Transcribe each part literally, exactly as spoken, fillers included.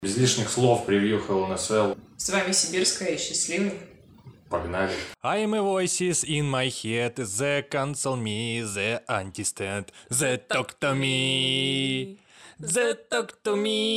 Без лишних слов, превью Hell in a Cell. С вами Сибирская и Счастливый. Погнали. I'm a voices in my head, the cancel me, the understand, the talk to me, the talk to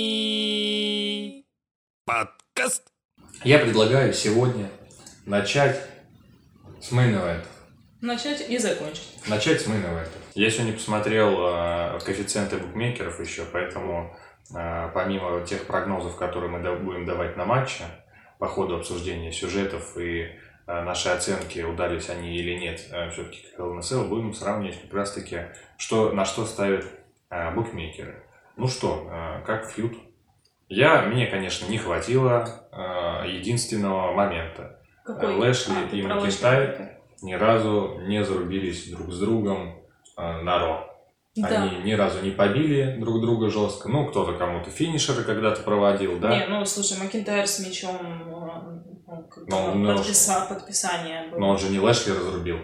me. Подкаст. Я предлагаю сегодня начать с мейн-эвента. Начать и закончить. Начать с мейн-эвента. Я сегодня посмотрел э, коэффициенты букмекеров еще, поэтому э, помимо тех прогнозов, которые мы да, будем давать на матче, по ходу обсуждения сюжетов и э, нашей оценки, удались они или нет, э, все-таки Hell in a Cell, будем сравнивать как раз-таки, что, на что ставят э, букмекеры. Ну что, э, как фьюд? Я, мне, конечно, не хватило э, единственного момента. Какой? Лэшли а, и Макинтайр ни разу не зарубились друг с другом э, на Ро. Да. Они ни разу не побили друг друга жестко. Ну, кто-то кому-то финишеры когда-то проводил, да? Не, ну, слушай, Макинтайр с мячом, Но он, подписа, подписание было. Но он же не Лэшли разрубил.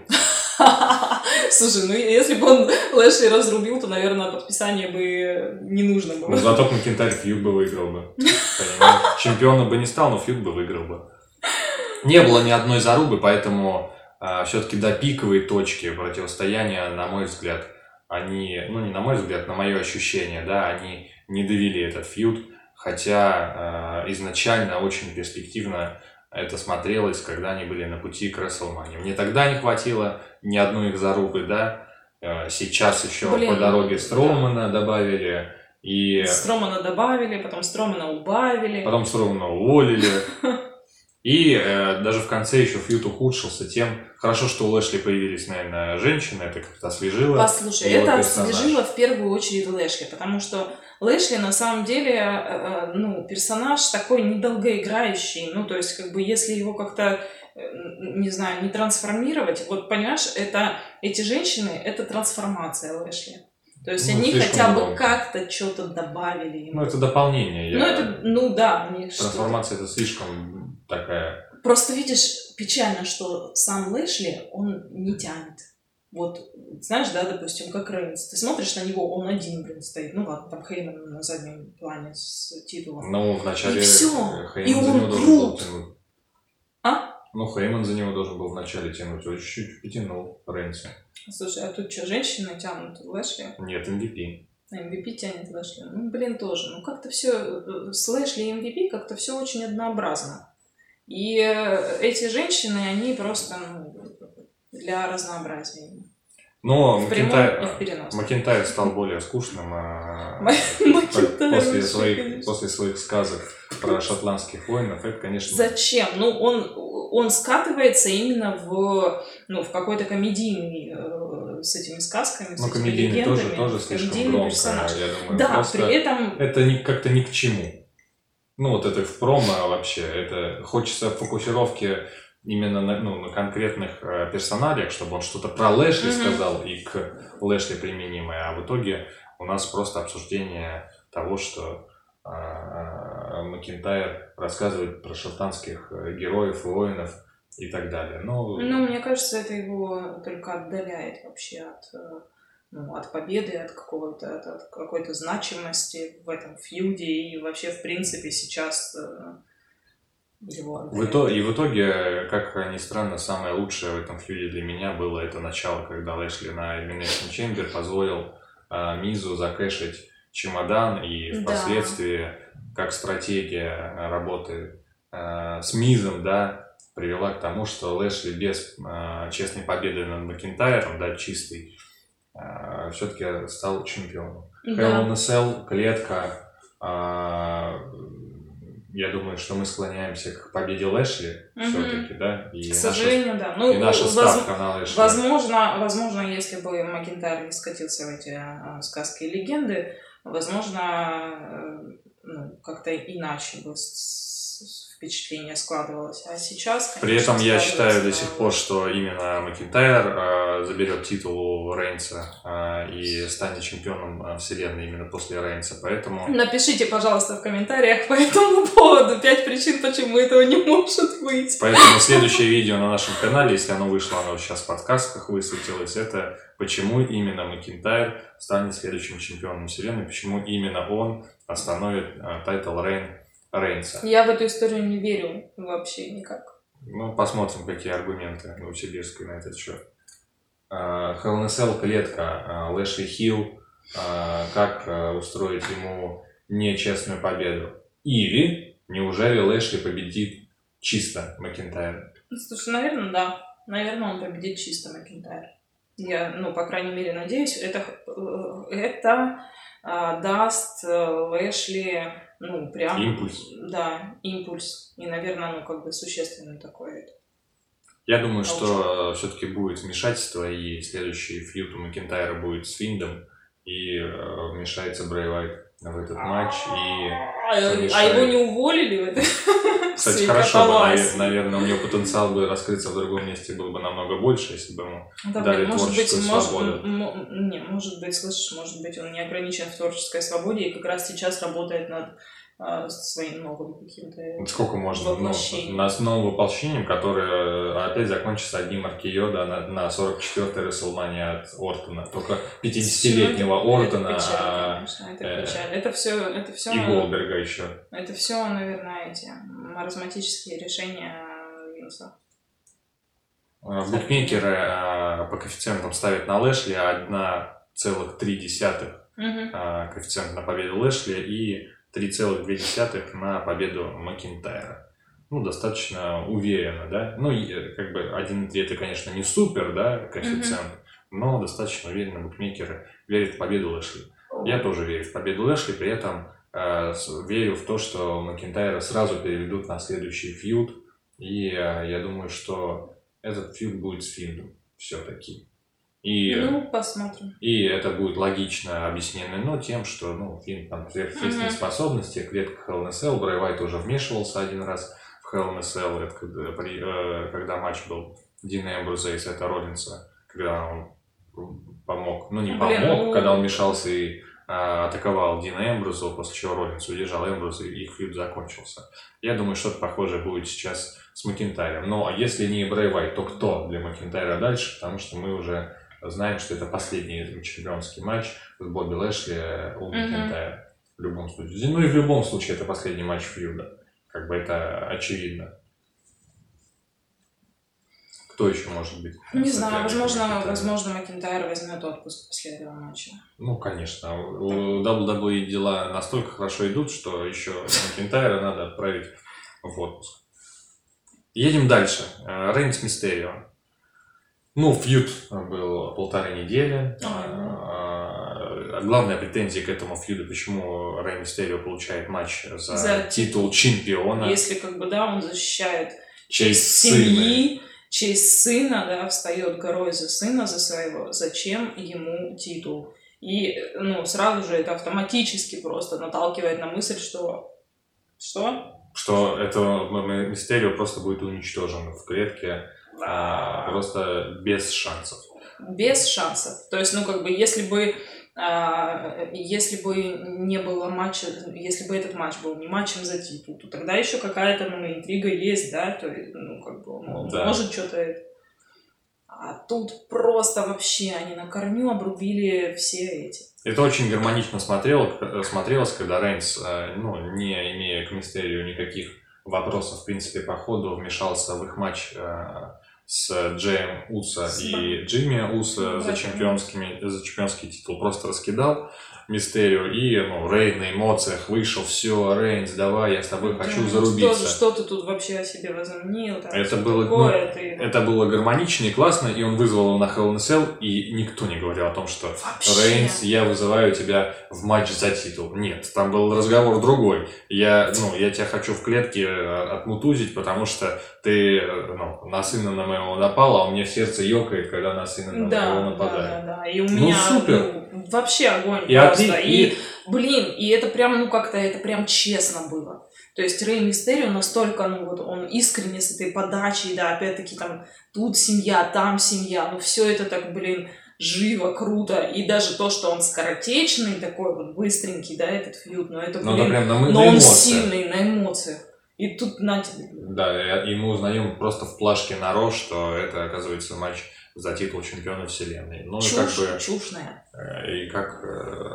Слушай, ну если бы он Лэшли разрубил, то, наверное, подписание бы не нужно было. Ну, зато Макинтайр фьюд бы выиграл бы. Понимаешь? Чемпионом бы не стал, но фьюд бы выиграл бы. Не было ни одной зарубы, поэтому э, все-таки до пиковой точки противостояния, на мой взгляд, они, ну не на мой взгляд, на мое ощущение, да, они не довели этот фьюд, хотя э, изначально очень перспективно это смотрелось, когда они были на пути к Рестлмании. Мне тогда не хватило ни одной их зарубы, да, э, сейчас еще Блин, по дороге Строумана да. добавили. И... Стромана добавили, потом Стромана убавили. Потом Стромана уволили. И э, даже в конце еще фьюд ухудшился тем, хорошо, что у Лэшли появились, наверное, женщины, это как-то освежило. Послушай, это персонаж. освежило в первую очередь Лэшли, потому что Лэшли на самом деле, э, ну, персонаж такой недолгоиграющий, ну, то есть, как бы, если его как-то, э, не знаю, не трансформировать, вот, понимаешь, это, эти женщины, это трансформация Лэшли. То есть, ну, они хотя бы много. Как-то что-то добавили ему. Ну, это дополнение. Ну, я... это, ну, да. Они Трансформация что-то... это слишком такая... Просто, видишь, печально, что сам Лэшли, он не тянет. Вот, знаешь, да, допустим, как Рейнс. Ты смотришь на него, он один, блин, стоит. Ну, ладно, там Хейман на заднем плане с титулом. Ну, вначале и все. Хейман и за он него крут. должен был тянуть. А? Ну, Хейман за него должен был вначале тянуть. Он чуть-чуть потянул Рейнса. Слушай, а тут что, женщины тянут Лэшли? Нет, эм ви пи. эм ви пи тянет Лэшли. Ну, блин, тоже. Ну, как-то все с Лэшли и эм ви пи как-то все очень однообразно. И эти женщины, они просто ну, для разнообразия. Но Макинтайр, Макинтайр стал более скучным а после, своих, после своих сказок про шотландских воинов. Это, конечно... Зачем? Ну, он, он скатывается именно в, ну, в какой-то комедийный э, с этими сказками, с ну, этими комедийный легендами. тоже, тоже слишком громко, персонаж. я думаю. Да, просто при этом... Это не, как-то ни к чему. Ну, вот это в промо вообще. Это хочется фокусировки именно на, ну, на конкретных э, персоналиях, чтобы он что-то про Лэшли mm-hmm. сказал и к Лэшли применимое. А в итоге у нас просто обсуждение того, что э, Макинтайр рассказывает про шотландских героев, воинов и так далее. Ну, ну, мне кажется, это его только отдаляет вообще от... Ну, от победы, от какого-то, от, от какой-то значимости в этом фьюде и вообще, в принципе, сейчас э, его в итоге, И в итоге, как ни странно, самое лучшее в этом фьюде для меня было это начало, когда Лэшли на Elimination Chamber позволил э, Мизу закэшить чемодан, и впоследствии, да. как стратегия работы э, с Мизом, да, привела к тому, что Лэшли без э, честной победы над Макинтайром, да, чистой, все-таки стал чемпионом. Да. Hell in a Cell, клетка. Я думаю, что мы склоняемся к победе Лэшли угу. все-таки, да? И к сожалению, наша, да. Ну, и наша воз... ставка на Лэшли. Возможно, возможно, если бы Макинтайр не скатился в эти а, сказки и легенды, возможно, ну, как-то иначе бы впечатление складывалось. А сейчас, конечно, при этом я считаю до сих пор, что именно Макинтайр э, заберет титул у Рейнса э, и станет чемпионом э, вселенной именно после Рейнса. Поэтому... Напишите, пожалуйста, в комментариях по этому поводу пять причин, почему этого не может быть. Поэтому следующее видео на нашем канале, если оно вышло, оно сейчас в подкастах высветилось, это почему именно Макинтайр станет следующим чемпионом вселенной, почему именно он остановит тайтл Рейн Рейнса. Я в эту историю не верю вообще никак. Ну, посмотрим, какие аргументы у Новосибирской на этот счет. Hell in a Cell клетка, Лэшли Хилл, как устроить ему нечестную победу. Или неужели Лэшли победит чисто Макинтайра? Слушай, наверное, да. Наверное, он победит чисто Макинтайр. Я, ну, по крайней мере, надеюсь, это, это а, даст Лэшли, ну, прям... Импульс. Да, импульс. И, наверное, ну, как бы существенный такой. Я думаю, Толчок. Что все-таки будет вмешательство, и следующий фьюд у Макинтайра будет с Финдом, и э, вмешается Брэй Уайт в этот матч. И а, а его не уволили в этой... Кстати, хорошо бы, наверное, у него потенциал бы раскрыться в другом месте был бы намного больше, если бы ему да, дали может творческую быть, свободу. Может, не, может быть, слышишь, может быть, он не ограничен в творческой свободе и как раз сейчас работает над а, своим новым каким-то Сколько можно? Ну, над новым воплощением, которое опять закончится одним аркиода на, на сорок четвёртой Рестлмании от Ортона. Только пятидесятилетнего Ортона. Это печаль, а, конечно, это э, печаль. Это все, это все... И Голдберга еще. Это все, наверное, эти маразматические решения Винса. Букмекеры по коэффициентам ставят на Лэшли одна целых три десятых угу. коэффициент на победу Лэшли и три целых две десятых на победу Макинтайра. Ну, достаточно уверенно, да. Ну, как бы один и три это, конечно, не супер, да, коэффициент, mm-hmm. но достаточно уверенно букмекеры верят в победу Лэшли. Я тоже верю в победу Лэшли, при этом э, верю в то, что Макинтайра сразу переведут на следующий фьюд, и э, я думаю, что этот фьюд будет с Финдом все-таки. И, ну, посмотрим. И это будет логично объяснено, но тем, что, ну, Финн там сверхъестественные mm-hmm. способности, клетка Hell in a Cell, Брэй Уайт уже вмешивался один раз в Hell in a Cell, это когда, при, э, когда матч был Дина Эмбруза и Сета Роллинса, когда он помог, ну не помог, Блин, ну... когда он вмешался и а, атаковал Дина Эмбруза, после чего Роллинс удержал Эмбруза и их фьюд закончился. Я думаю, что-то похожее будет сейчас с Макинтайром. Но если не Брэй Уайт, то кто для Макинтайра дальше, потому что мы уже знаем, что это последний чемпионский матч с Бобби Лэшли у Макинтайра. Mm-hmm. В любом случае. Ну и в любом случае это последний матч фьюда. Как бы это очевидно. Кто еще может быть? Не знаю, возможно, возможно, Макинтайр возьмет отпуск после этого матча. Ну, конечно. У дабл ю дабл ю и дела настолько хорошо идут, что еще Макинтайра надо отправить в отпуск. Едем дальше. Рейнс Мистерио. Ну, фьюд был полторы недели. А, главная претензия к этому фьюду, почему Рэй Мистерио получает матч за, за титул чемпиона. Если, как бы, да, он защищает честь семьи, сына. честь сына, да, встает горой за сына, за своего, зачем ему титул? И, ну, сразу же это автоматически просто наталкивает на мысль, что... Что? Что это Мистерио просто будет уничтожен в клетке. А, просто без шансов. Без шансов. То есть, ну, как бы, если бы, а, если бы не было матча, если бы этот матч был не матчем за титул, то тогда еще какая-то, ну, интрига есть, да, то есть, ну, как бы, ну, да. Может, что-то... А тут просто вообще они на корню обрубили все эти. Это очень гармонично смотрело, смотрелось, когда Рейнс, ну, не имея к Мистерию никаких вопросов, в принципе, по ходу вмешался в их матч с Джеем Усо с... и Джимми Усо за, чемпионскими, за чемпионский титул. Просто раскидал Мистерио, и ну, Рей на эмоциях вышел, все, Рейнс, давай, я с тобой хочу зарубиться. Что, что ты тут вообще о себе возомнил? Там, это, было, такое, ну, ты... это было гармонично и классно, и он вызвал его на Hell in a Cell, и никто не говорил о том, что вообще? Рейнс, я вызываю тебя в матч за титул. Нет, там был разговор другой. Я, ну, я тебя хочу в клетке отмутузить, потому что ты ну, на сына на моего напал, а у меня в сердце ёкает, когда на сына на да, моего нападает. Да, да, да. И у меня ну, супер. Ну, вообще огонь и просто. И, и, блин, и это прям, ну, как-то, это прям честно было. То есть Рэй Мистерио настолько, ну, вот он искренне с этой подачей, да, опять-таки там тут семья, там семья, ну, все это так, блин, живо, круто. И даже то, что он скоротечный, такой вот быстренький, да, этот фьюд, но это, блин, ну, да, прям на, но на он эмоциях. сильный на эмоциях. И тут на тебе. Да, и мы узнаем просто в плашке на Ро, что это, оказывается, матч за титул чемпиона вселенной. Ну, чушь, и как бы, чушная. И как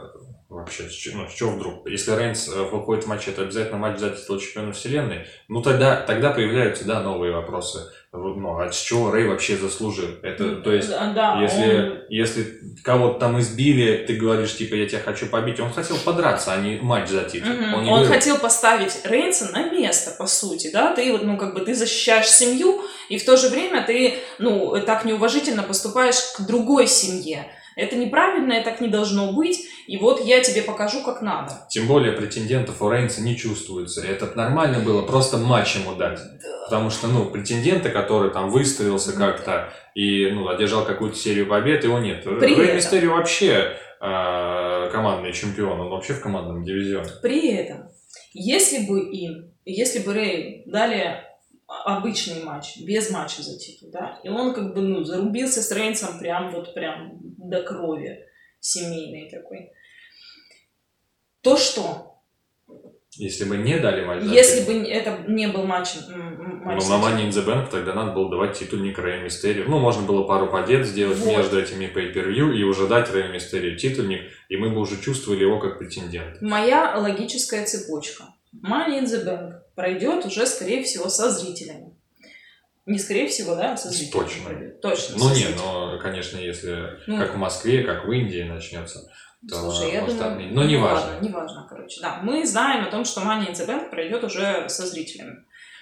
Вообще, с чего, ну, с чего вдруг? Если Рейнс выходит в матч, это обязательно матч за титул чемпиона вселенной, ну тогда, тогда появляются, да, новые вопросы. Ну, а с чего Рэй вообще заслужил? Это, то есть, да, если, он... если кого-то там избили, ты говоришь, типа, я тебя хочу побить, он хотел подраться, а не матч за титул. Mm-hmm. Он, он хотел поставить Рейнса на место, по сути, да, ты вот, ну, как бы, ты защищаешь семью, и в то же время ты, ну, так неуважительно поступаешь к другой семье. Это неправильно, и так не должно быть, и вот я тебе покажу, как надо. Тем более претендентов у Рейнса не чувствуется, и это нормально было просто матч ему дать. Да. Потому что, ну, претенденты, который там выставился да. как-то и, ну, одержал какую-то серию побед, его нет. При Рэй Мистерио вообще э, командный чемпион, он вообще в командном дивизионе. При этом, если бы им, если бы Рэй дали обычный матч, без матча за титул, да, и он как бы, ну, зарубился с Рейнсом прям вот прям до крови, семейной такой, то что? Если бы не дали матч за Если титул. бы это не был матч, матч ну, на Money in the Bank тогда надо было давать титульник Рэю Мистерио. Ну, можно было пару побед сделать вот. между этими pay-per-view и уже дать Рэю Мистерио титульник, и мы бы уже чувствовали его как претендент. Моя логическая цепочка. Money in the Bank пройдет уже, скорее всего, со зрителями. Не скорее всего, да, со зрителями. Точно. Пройдет. Точно. Ну, не, но, конечно, если ну, как в Москве, как в Индии начнется, то слушай, я может думаю, отменить. Но не важно. Не важно, короче. Да, мы знаем о том, что Money in the Bank пройдет уже со зрителями.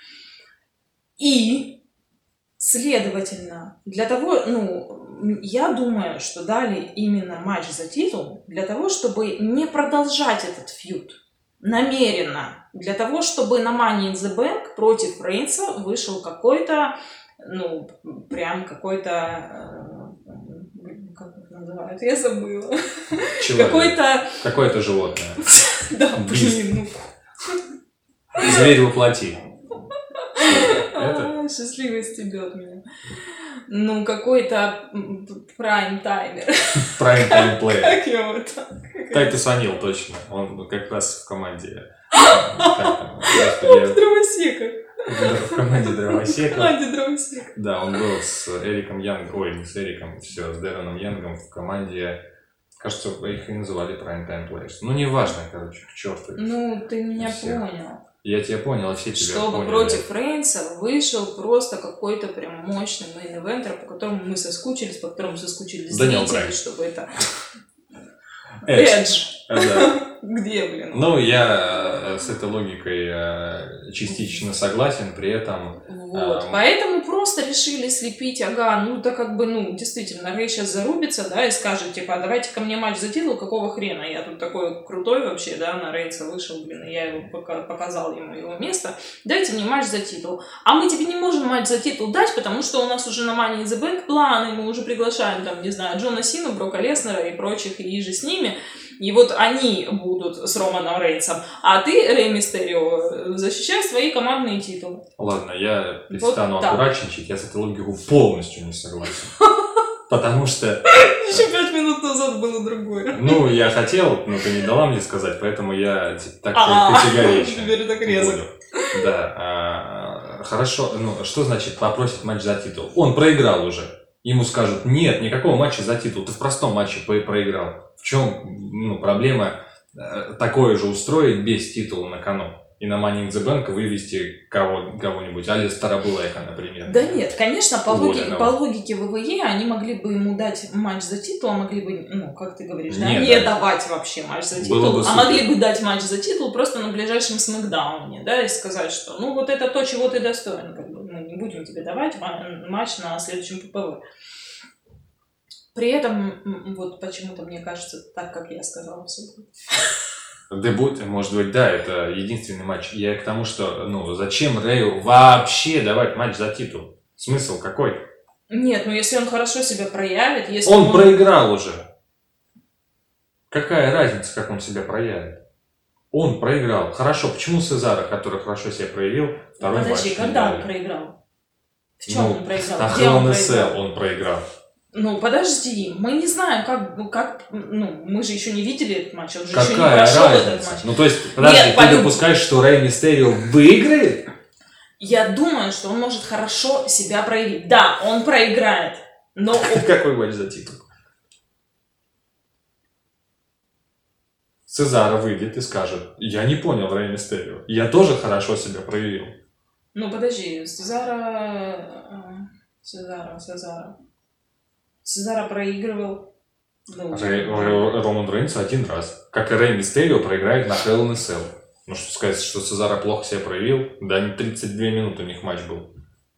И, следовательно, для того, ну, я думаю, что дали именно матч за титул для того, чтобы не продолжать этот фьюд. Намеренно. Для того, чтобы на Money in the Bank против Рейнса вышел какой-то, ну, прям какой-то, э, как это называют, я забыла. Какой-то... Какое-то животное. Да, блин. Зверь воплоти. Счастливость стебет меня. Ну, какой-то прайм-таймер. Прайм-тайм-плеер. Как его там? Тайтус Анил, точно. Он как раз в команде. В дровосеках. В команде дровосеков. В команде дровосеков. Да, он был с Эриком Янгом. Ой, не с Эриком, все, с Дэроном Янгом в команде. Кажется, их и называли Prime Time Players. Ну, неважно, короче, к черту. Ну, ты меня понял. Я тебя понял, а все тебя Чтобы поняли. против Рейнса вышел просто какой-то прям мощный мейн-эвентер, по которому мы соскучились, по которому соскучились зрители, чтобы это... Эдж. Да. Где, блин? Ну, я с этой логикой частично согласен, при этом... Вот, а... поэтому просто решили слепить, ага, ну, да как бы, ну, действительно, Рэй сейчас зарубится, да, и скажет, типа, давайте ко мне матч за титул, какого хрена, я тут такой крутой вообще, да, на Рейнса вышел, блин, и я его пока показал ему его место, дайте мне матч за титул. А мы тебе не можем матч за титул дать, потому что у нас уже на Money in the Bank планы, мы уже приглашаем, там, не знаю, Джона Сину, Брока Леснера и прочих, и же с ними. И вот они будут с Романом Рейнсом, а ты, Рэй Мистерио, защищай свои командные титулы. Ладно, я перестану вот аккуратничать, я с этой логикой полностью не согласен. Потому что... Еще пять минут назад было другое. Ну, я хотел, но ты не дала мне сказать, поэтому я так категорично. Теперь так резко. Да. Хорошо, ну, что значит попросить матч за титул? Он проиграл уже. Ему скажут, нет, никакого матча за титул, ты в простом матче проиграл. В чем ну, проблема э, такое же устроить без титула на кону? И на Money in the Bank вывести кого, кого-нибудь, Алистера Блэка, например. Да нет, конечно, по, логи, по логике вэ вэ е они могли бы ему дать матч за титул, а могли бы, ну, как ты говоришь, да, не да. давать вообще матч за титул, а могли бы дать матч за титул просто на ближайшем смэкдауне, да, и сказать, что, ну, вот это то, чего ты достоин, как бы, мы не будем тебе давать матч на следующем пэ пэ вэ. При этом, вот почему-то мне кажется, так, как я сказала, все будет. Дебют, может быть, да, это единственный матч. Я к тому, что, ну, зачем Рэю вообще давать матч за титул? Смысл какой? Нет, ну если он хорошо себя проявит, если он... Он проиграл уже. Какая разница, как он себя проявит? Он проиграл. Хорошо, почему Сезаро, который хорошо себя проявил, второй матч Подожди, когда он проиграл? В чем ну, он проиграл? На Где он проиграл? он проиграл. Ну, подожди, мы не знаем, как, как, ну, мы же еще не видели этот матч, он же Какая еще не прошел разница? этот матч. Ну, то есть, подожди, Нет, ты полюб... допускаешь, что Рэй Мистерио выиграет? Я думаю, что он может хорошо себя проявить. Да, он проиграет, но... Какой матч за титул? Сезаро выйдет и скажет: я не понял Рей Мистерио, я тоже хорошо себя проявил. Ну, подожди, Сезаро... Сезаро, Сезаро... Сезаро проигрывал... Ну, Рей, Роман Рейнс один раз. Как и Рей Мистерио проиграет на Hell in a Cell. Ну, что сказать, что Сезаро плохо себя проявил? Да, не тридцать две минуты у них матч был.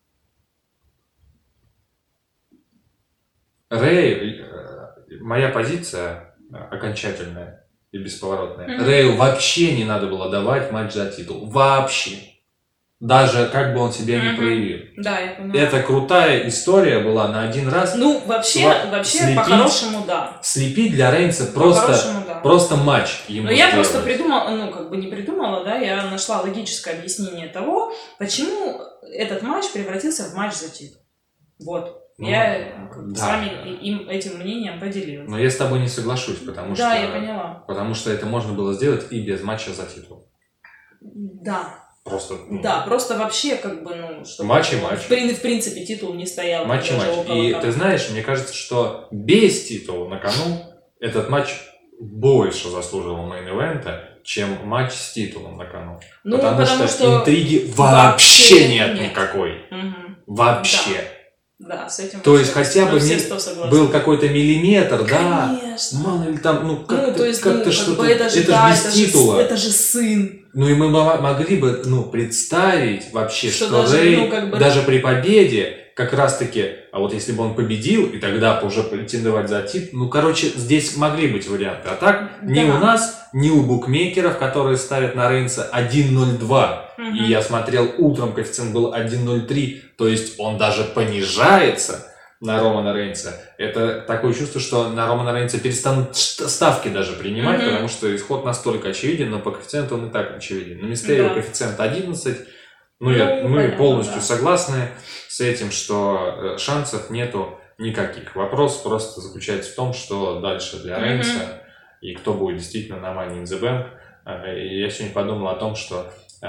Рэй, моя позиция окончательная и бесповоротная. Mm-hmm. Рэю вообще не надо было давать матч за титул. Вообще. Даже как бы он себя mm-hmm. не проявил. Да, я понимаю. Это крутая история была на один раз. Ну, вообще, Сла- вообще слепить, по-хорошему, да. Слепить для Рейнса просто, да. просто матч ему. Но я просто придумала, ну, как бы не придумала, да, я нашла логическое объяснение того, почему этот матч превратился в матч за титул. Вот. Ну, я да. с вами им, этим мнением поделилась. Но я с тобой не соглашусь, потому да, что... Да, я поняла. Потому что это можно было сделать и без матча за титул. Да. Просто... Ну, да, просто вообще как бы, ну... Чтобы матч и матч. В, в принципе, титул не стоял. Матч и матч. И там. Ты знаешь, мне кажется, что без титула на кону этот матч больше заслуживал мейн-ивента, чем матч с титулом на кону. Ну, потому, потому что, что интриги вообще нет, нет никакой. Угу. Вообще. Да. Да, с этим. То есть хотя бы ми- был какой-то миллиметр, да, конечно. Мало ли там, ну как-то, ну, то есть, как-то ну, что-то, как бы это же, это да, же без это титула. Же, это же сын. Ну и мы могли бы, ну, представить вообще, что, что даже, Рэй, ну, как бы... даже при победе, как раз-таки, а вот если бы он победил, и тогда уже претендовать за титул, ну, короче, здесь могли быть варианты. А так, да. ни у нас, ни у букмекеров, которые ставят на Рейнса один ноль два, угу. и я смотрел утром, коэффициент был один ноль три, то есть он даже понижается на Романа Рейнса. Это такое чувство, что на Романа Рейнса перестанут ставки даже принимать, mm-hmm. потому что исход настолько очевиден, но по коэффициенту он и так очевиден. На Мистерио да. коэффициент одиннадцать. Ну, ну я, мы понятно, полностью да. согласны с этим, что шансов нету никаких. Вопрос просто заключается в том, что дальше для Рейнса mm-hmm. и кто будет действительно на Money in the Bank. И я сегодня подумал о том, что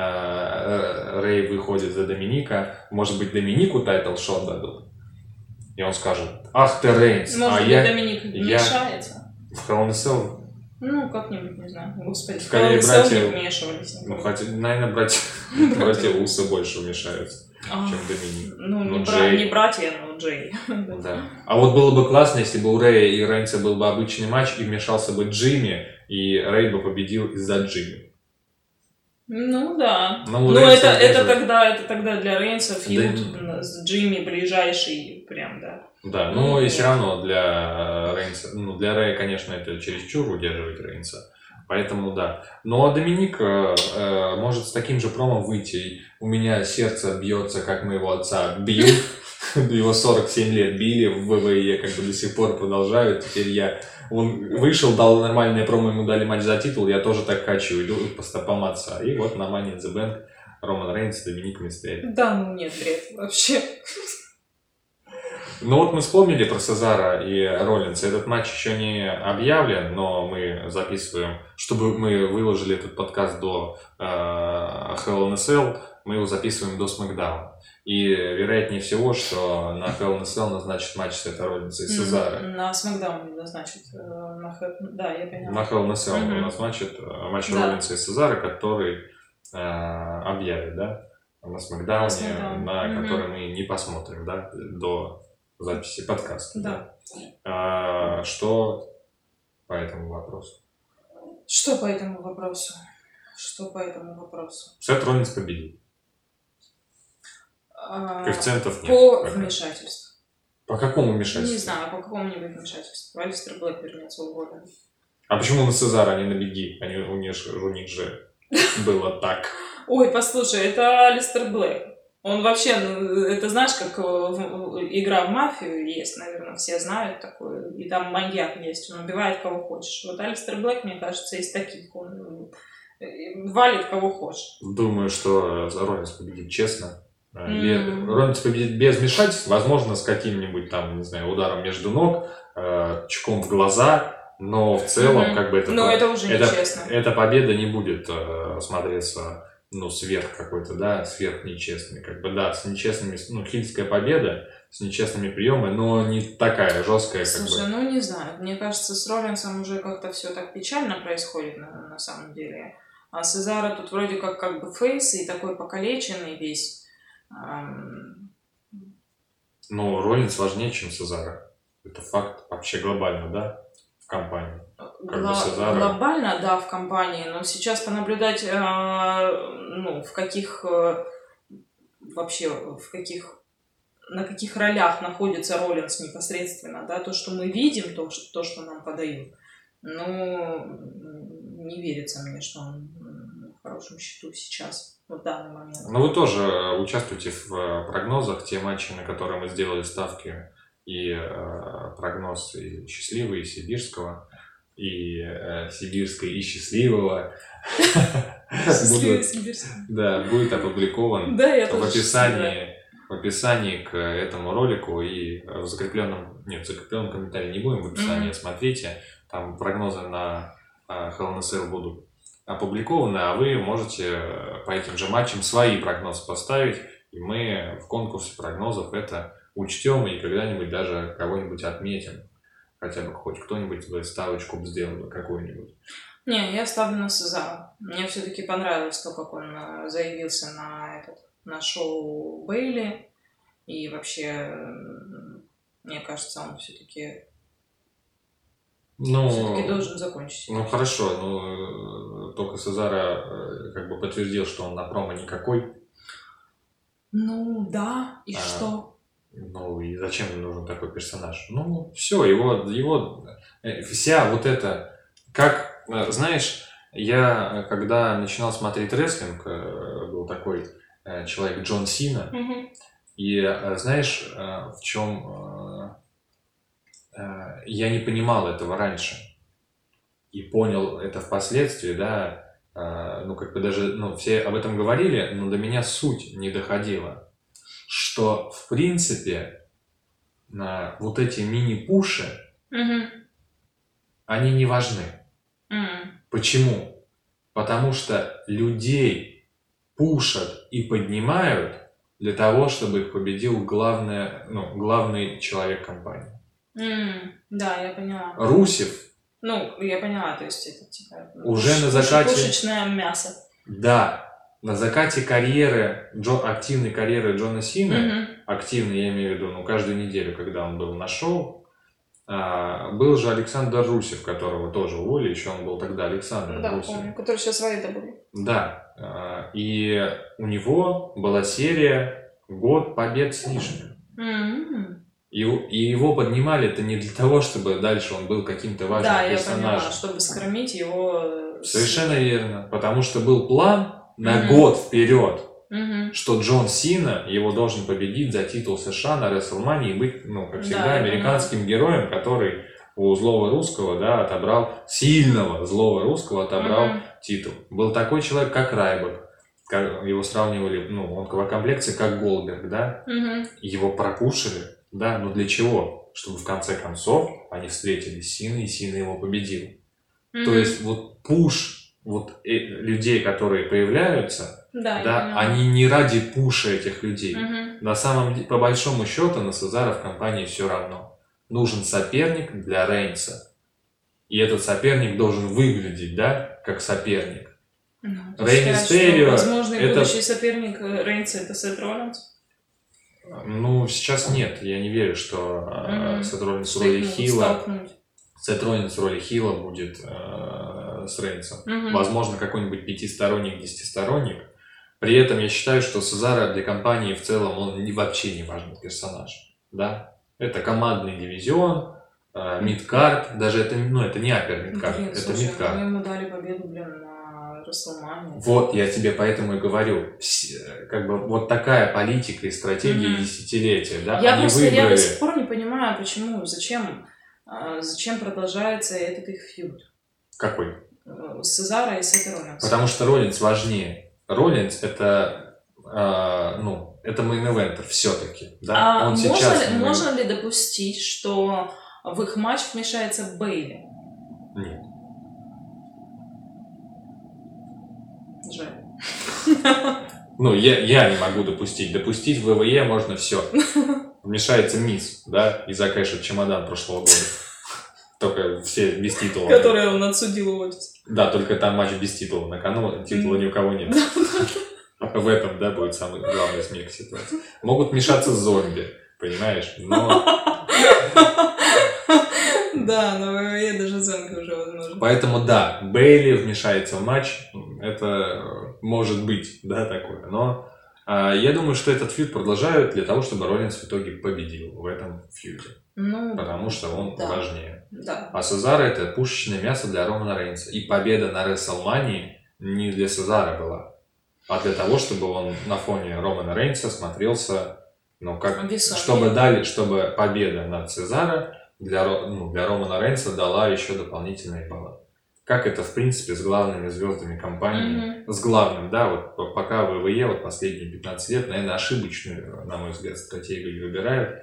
э, Рэй выходит за Доминика. Может быть, Доминику тайтл-шот дадут. И он скажет: ах ты, Рейнс, может а быть, я... Доминик я... вмешается? В Hell in a Cell? Ну, как-нибудь, не знаю. Господи, скорее в Hell in a Cell не вмешивались. Ну, хотя, наверное, братья, братья Усы больше вмешаются, чем Доминик. Ну, не, бра... не братья, но Джей. Да. А вот было бы классно, если бы у Рэя и Рейнса был бы обычный матч, и вмешался бы Джимми, и Рэй бы победил из-за Джимми. Ну да. Но, Но это, это, тогда, это тогда для Рейнса фьюд да. с Джимми ближайший, прям, да. Да, ну, ну и все равно для Рейнса, ну для Рэя, конечно, это чересчур удерживать Рейнса. Поэтому да. Но Доминик э, э, может с таким же промо выйти. У меня сердце бьется, как моего отца бьют. Его сорок семь лет били в вэ вэ е, как бы до сих пор продолжают. Теперь я... Он вышел, дал нормальное промо, ему дали матч за титул. Я тоже так хочу, иду по стопам отца. И вот на Money in the Bank Роман Рейнс, Доминик Мистерио. Да, ну нет, бред вообще. Ну вот мы вспомнили про Сезара и Роллинса. Этот матч еще не объявлен, но мы записываем, чтобы мы выложили этот подкаст до э, Hell in a Cell, мы его записываем до Смэкдауна. И вероятнее всего, что на Hell in a Cell назначит матч Сета Роллинса и Сезара. На Смэкдауне назначит. На... Да, я поняла. На Hell in a Cell mm-hmm. назначит матч да. Роллинса и Сезара, который э, объявит, да? На Смэкдауне, Смэкдаун. на mm-hmm. который мы не посмотрим, да, до записи подкаста. Да. А, что по этому вопросу? Что по этому вопросу? Что по этому вопросу? Сет Роллинс победит. А, Коэффициентов нет. По пока. Вмешательству. По какому вмешательству? Не знаю, по какому-нибудь вмешательству. Алистер Блэк вернется в года. А почему на Сезара, а не на Бигги? Они, у, них, у них же было так. Ой, послушай, это Алистер Блэк. Он вообще, это знаешь, как игра в мафию есть, наверное, все знают такую, и там маньяк есть, он убивает кого хочешь. Вот Алистер Блэк, мне кажется, из таких, он валит кого хочешь. Думаю, что Роллинс победит честно. Mm-hmm. Роллинс победит без вмешательств, возможно, с каким-нибудь там, не знаю, ударом между ног, чеком в глаза, но в целом, mm-hmm. как бы это, но это уже это, нечестно. Эта победа не будет смотреться ну, сверх какой-то, да, сверх нечестный, как бы, да, с нечестными, ну, хильская победа, с нечестными приемами, но не такая жесткая, как бы. Слушай, ну не знаю, мне кажется, с Роллинсом уже как-то все так печально происходит на, на самом деле. А Сезаро тут вроде как как бы фейс и такой покалеченный весь. Эм, Ну, Роллинс важнее, чем Сезаро. Это факт вообще глобально, да, в компании. Как бы Гла- Сезаро- Глобально, да, в компании, но сейчас понаблюдать, э, ну, в каких э, вообще, в каких, на каких ролях находится Роллинс непосредственно, да, то, что мы видим, то, ш- то что нам подают, ну, не верится мне, что он м, в хорошем счету сейчас, в данный момент. Ну, вы тоже э, участвуете в э, прогнозах, те матчи, на которые мы сделали ставки, и э, прогноз и счастливый, и сибирского, и э, сибирской, и счастливого. Счастливый Будут- сибирский. Да, будет опубликован Да, я в тоже описании, в описании к этому ролику и в закрепленном, нет, в закрепленном комментарии не будем, в описании Мгм. смотрите, там прогнозы на э, Hell in a Cell будут опубликованы, а вы можете э, по этим же матчам свои прогнозы поставить, и мы в конкурсе прогнозов это учтем и когда-нибудь даже кого-нибудь отметим. Хотя бы хоть кто-нибудь бы ставочку бы сделал бы какую-нибудь. Не, я ставлю на Сезара. Мне все-таки понравилось то, как он э, заявился на этот на шоу Бейли. И вообще, м, мне кажется, он все-таки Ну, все-таки должен закончить. ну хорошо, ну э, только Сезара э, как бы подтвердил, что он на промо никакой. Ну да, и А. что? Ну и зачем ему нужен такой персонаж? Ну все, его, его э, вся вот эта, как, э, знаешь, я э, когда начинал смотреть рестлинг, э, был такой э, человек Джон Сина, Мгм. и э, знаешь, э, в чем э, э, я не понимал этого раньше и понял это впоследствии, да, э, ну как бы даже, ну все об этом говорили, но до меня суть не доходила. Что, в принципе, на вот эти мини-пуши, Мгм. они не важны. М. Почему? Потому что людей пушат и поднимают для того, чтобы их победил главное, ну, главный человек компании. М. Да, я поняла. Русев, Ну, я поняла, то есть это типа Уже пуш- на пуш- закате. пушечное мясо. да, на закате карьеры, Джо- активной карьеры Джона Сины, Мгм. активный, я имею в виду, ну, каждую неделю, когда он был на шоу, а, был же Александр Русев, которого тоже уволили, еще он был тогда Александром Да, Русевым. помню, который сейчас в А E W. Да, а, и у него была серия «Год побед с лишним». М. И, у- и его поднимали это не для того, чтобы дальше он был каким-то важным Да, я персонажем. поняла, чтобы скормить его... э, с- Совершенно верно, потому что был план на Мгм. год вперед, Мгм. что Джон Сина его должен победить за титул США на WrestleMania и быть, ну, как Да, всегда, я американским героем, который у злого русского, да, отобрал, сильного злого русского отобрал Мгм. титул. Был такой человек, как Райбек. Как его сравнивали, ну, он в комплекции как Голдберг, да, Мгм. его пропушили, да, но для чего? Чтобы в конце концов они встретились с Синой, и Сина его победил. То Мгм. есть вот пуш вот э, людей, которые появляются, Да, я да, поняла. они не ради пуша этих людей. Мгм. На самом деле, по большому счету, на Сезара в компании все равно. Нужен соперник для Рейнса. И этот соперник должен выглядеть, да, как соперник. Ну, то Рэй есть сказать, что Мистерио возможный это- будущий соперник э, Рейнса это Сет Роллинс? Ну, сейчас нет. Я не верю, что э, Мгм. Сет Роллинс в Что роли их могут Хила, столкнуть? Сет Роллинс в роли Хила будет э, с Рейнсом. Мгм. Возможно, какой-нибудь пятисторонник, десятисторонник. При этом я считаю, что Сезаро для компании в целом он не, вообще не важный персонаж. Да? Это командный дивизион, э, мидкарт, даже это, ну, это не апер мидкарт, Блин, это слушай, мидкарт. ну ему дали победу, блин, на Расселмане. Вот, я тебе поэтому и говорю, Вс- как бы вот такая политика и стратегия Мгм. десятилетия, да, Я они просто я выбрали... до сих пор не понимаю, почему, зачем, а, зачем продолжается этот их фьюд. Какой? Э, Сезара и Сет Роллинс. Потому что Роллинс важнее. Роллинс это, э, ну, это мейн-эвентер все-таки, да, А он можно, сейчас... ли, не можно ли допустить, что в их матч вмешается Бейли? Нет. Жаль. Ну, я, я не могу допустить. Допустить в ВВЕ можно все. Вмешается МИС, да, и закэшит чемодан прошлого года. Только все без титула. Которые он отсудил у Отис. Да, только там матч без титула. На кону титула ни у кого нет. В этом, да, будет самый главный смех ситуации. Могут мешаться зомби, понимаешь? Но... Да, но в ВВЕ даже зомби уже возможно. Поэтому, да, Бейли вмешается в матч. Это может быть, да, такое. Но а, я думаю, что этот фьюд продолжают для того, чтобы Роллинс в итоге победил в этом фьюде. Ну, потому что он да. важнее. Да. А Сезаро — это пушечное мясо для Романа Рейнса. И победа на Рестлмании не для Сезаро была, а для того, чтобы он на фоне Романа Рейнса смотрелся, ну, как, Весомее. чтобы дали, чтобы победа над Сезаро для, ну, для Романа Рейнса дала еще дополнительные баллы. Как это, в принципе, с главными звездами компании, mm-hmm. с главным, да, вот пока в ВВЕ вот последние пятнадцать лет, наверное, ошибочную, на мой взгляд, стратегию выбирают,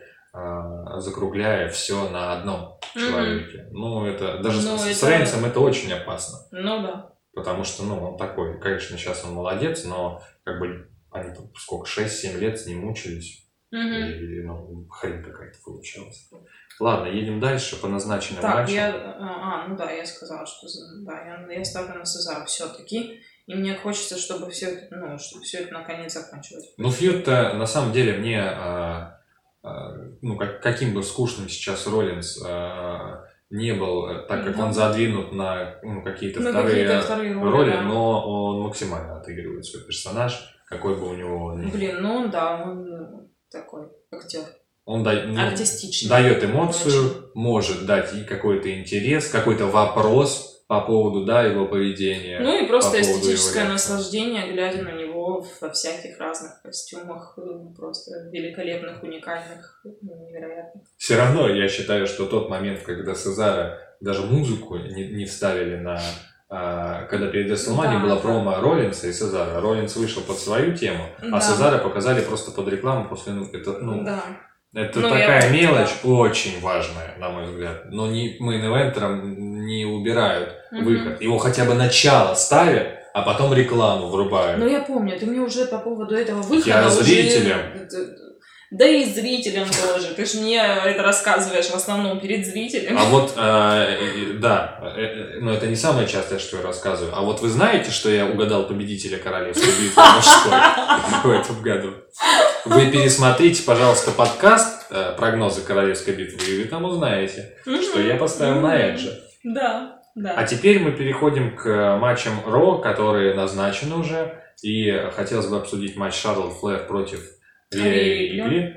закругляя все на одном mm-hmm. человеке. Ну, это даже ну, с, это... с Рейнсом это очень опасно. Ну, да. Потому что, ну, он такой, конечно, сейчас он молодец, но как бы они там сколько, шесть-семь лет с ним мучились. Mm-hmm. И, ну, хрень какая-то получалась. Ладно, едем дальше по назначенным так, матчам. Я, а, ну да, я сказала, что да, я, я ставлю на Сезаро все-таки. И мне хочется, чтобы все это, ну, чтобы все это наконец закончилось. Ну, фьюд-то на самом деле мне... А, а, ну, как, каким бы скучным сейчас Роллинс а, не был, так как mm-hmm. он задвинут на ну, какие-то, на вторые, какие-то вторые роли, роли да. но он максимально отыгрывает свой персонаж, какой бы у него... Блин, ну да, он такой актер. Он да, ну, артистичный. Дает эмоцию, очень. Может дать и какой-то интерес, какой-то вопрос по поводу, да, его поведения. Ну и просто эстетическое наслаждение, глядя на него во всяких разных костюмах, просто великолепных, уникальных, невероятных. Все равно я считаю, что тот момент, когда Сезаро даже музыку не, не вставили на... А, когда перед Рестлманией да, была да. промо Роллинса и Сезаро. Роллинс вышел под свою тему, да. а Сезаро показали просто под рекламу после... Ну, это, ну, да. Это ну, такая я... мелочь, да. очень важная, на мой взгляд. Но не, мейн-эвентерам не убирают mm-hmm. выход. Его хотя бы начало ставят, а потом рекламу врубают. Ну, я помню, ты мне уже по поводу этого выхода... Я уже... зрителям. Да и зрителям тоже. Ты же мне это рассказываешь в основном перед зрителем. А вот, э, да, э, но это не самое частое, что я рассказываю. А вот вы знаете, что я угадал победителя королевской битвы мужской в этом году? Вы пересмотрите, пожалуйста, подкаст «Прогнозы королевской битвы», и вы там узнаете, что я поставил на Эджа. Да, да. А теперь мы переходим к матчам Ро, которые назначены уже. И хотелось бы обсудить матч Шарлотт Флэр против Рии Рипли.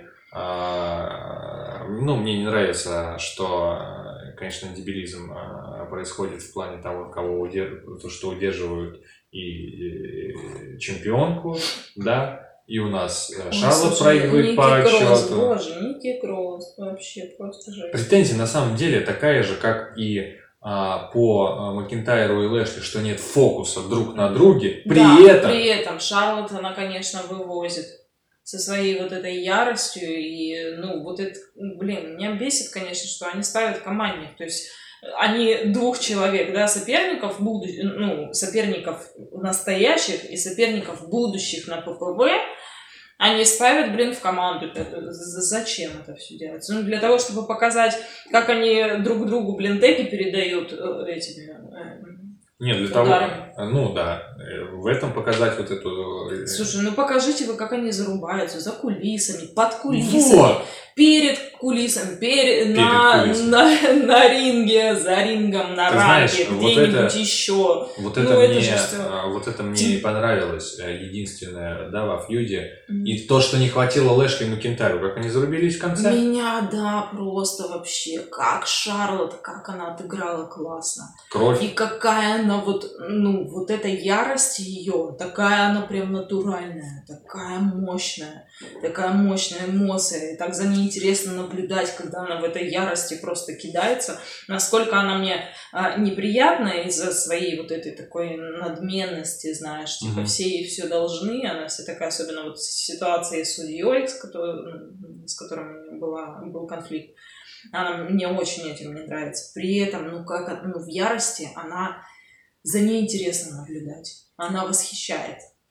Ну, мне не нравится, что, конечно, дебилизм происходит в плане того, кого удерживают, что удерживают и чемпионку, да. И у нас Ой, Шарлотт проигрывает по отчету. Боже, Ники Кросс, вообще просто жесть. Претензия на самом деле такая же, как и а, по Макинтайру и Лэшли, что нет фокуса друг на друге. При да, этом... при этом Шарлотт, она, конечно, вывозит со своей вот этой яростью. И, ну, вот это, блин, меня бесит, конечно, что они ставят командник. То есть они двух человек, да, соперников, буду... ну, соперников настоящих и соперников будущих на ППВ, они ставят, блин, в команду. Зачем это все делать? Ну, для того, чтобы показать, как они друг другу, блин, теки передают этими Нет, для ударами. того, ну да, в этом показать вот эту... Слушай, ну покажите вы, как они зарубаются за кулисами, под кулисами. Вот. Перед кулисами, перед, перед на, кулисами. На, на ринге, за рингом, на Ты рампе, знаешь, где-нибудь вот это, еще. Вот, ну, это это мне, что? вот это мне не понравилось, единственное, да, во фьюде. Mm-hmm. И то, что не хватило Лэшли и Макинтайру, как они зарубились в конце. Меня, да, просто вообще, как Шарлотт, как она отыграла классно. Кровь. И какая она вот, ну, вот эта ярость ее, такая она прям натуральная, такая мощная, такая мощная эмоция. И так за ней интересно наблюдать, когда она в этой ярости просто кидается. Насколько она мне а, неприятна из-за своей вот этой такой надменности, знаешь, типа mm-hmm. все ей все должны. Она вся такая, особенно вот в ситуации с судьей, с которой, с которым была, был конфликт. Она мне очень этим не нравится. При этом, ну как, ну в ярости она, за ней интересно наблюдать. Она восхищает.